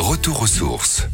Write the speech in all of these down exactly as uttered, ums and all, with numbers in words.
Retour aux sources.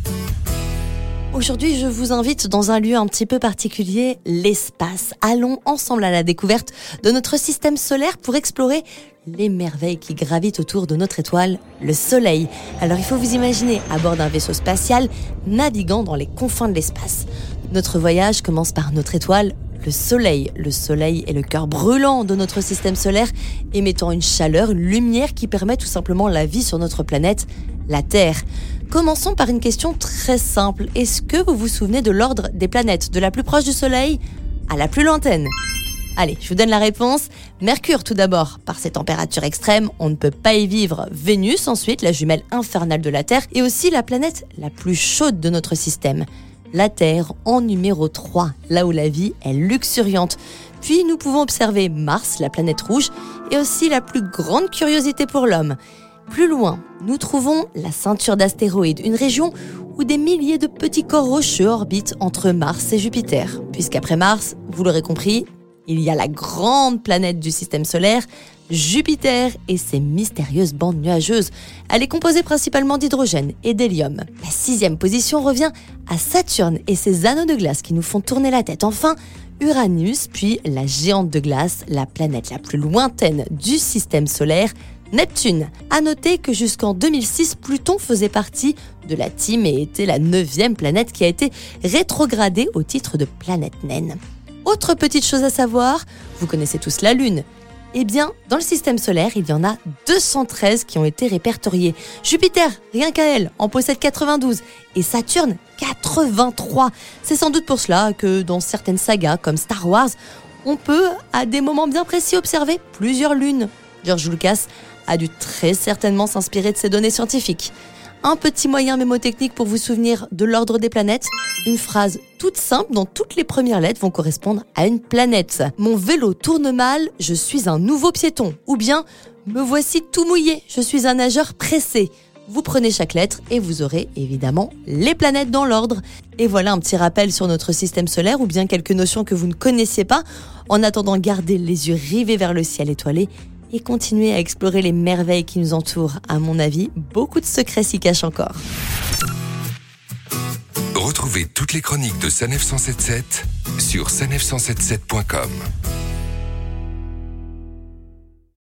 Aujourd'hui, je vous invite dans un lieu un petit peu particulier, l'espace. Allons ensemble à la découverte de notre système solaire pour explorer les merveilles qui gravitent autour de notre étoile, le Soleil. Alors il faut vous imaginer à bord d'un vaisseau spatial naviguant dans les confins de l'espace. Notre voyage commence par notre étoile, le Soleil. Le Soleil est le cœur brûlant de notre système solaire, émettant une chaleur, une lumière qui permet tout simplement la vie sur notre planète, la Terre. Commençons par une question très simple. Est-ce que vous vous souvenez de l'ordre des planètes, de la plus proche du Soleil à la plus lointaine ? Allez, je vous donne la réponse. Mercure tout d'abord. Par ses températures extrêmes, on ne peut pas y vivre. Vénus ensuite, la jumelle infernale de la Terre, et aussi la planète la plus chaude de notre système. La Terre en numéro trois, là où la vie est luxuriante. Puis nous pouvons observer Mars, la planète rouge, et aussi la plus grande curiosité pour l'homme. Plus loin, nous trouvons la ceinture d'astéroïdes, une région où des milliers de petits corps rocheux orbitent entre Mars et Jupiter. Puisqu'après Mars, vous l'aurez compris, il y a la grande planète du système solaire, Jupiter et ses mystérieuses bandes nuageuses. Elle est composée principalement d'hydrogène et d'hélium. La sixième position revient à Saturne et ses anneaux de glace qui nous font tourner la tête. Enfin, Uranus, puis la géante de glace, la planète la plus lointaine du système solaire, Neptune. À noter que jusqu'en deux mille six, Pluton faisait partie de la team et était la neuvième planète qui a été rétrogradée au titre de planète naine. Autre petite chose à savoir, vous connaissez tous la Lune. Eh bien, dans le système solaire, il y en a deux cent treize qui ont été répertoriées. Jupiter, rien qu'à elle, en possède quatre-vingt-douze et Saturne, quatre-vingt-trois. C'est sans doute pour cela que dans certaines sagas comme Star Wars, on peut, à des moments bien précis, observer plusieurs lunes. George Lucas a dû très certainement s'inspirer de ces données scientifiques. Un petit moyen mémotechnique pour vous souvenir de l'ordre des planètes. Une phrase toute simple dont toutes les premières lettres vont correspondre à une planète. Mon vélo tourne mal, je suis un nouveau piéton. Ou bien, me voici tout mouillé, je suis un nageur pressé. Vous prenez chaque lettre et vous aurez évidemment les planètes dans l'ordre. Et voilà un petit rappel sur notre système solaire ou bien quelques notions que vous ne connaissiez pas. En attendant, gardez les yeux rivés vers le ciel étoilé et continuez à explorer les merveilles qui nous entourent. À mon avis, beaucoup de secrets s'y cachent encore. Retrouvez toutes les chroniques de Sanef cent soixante-dix-sept sur sanef cent soixante-dix-sept point com.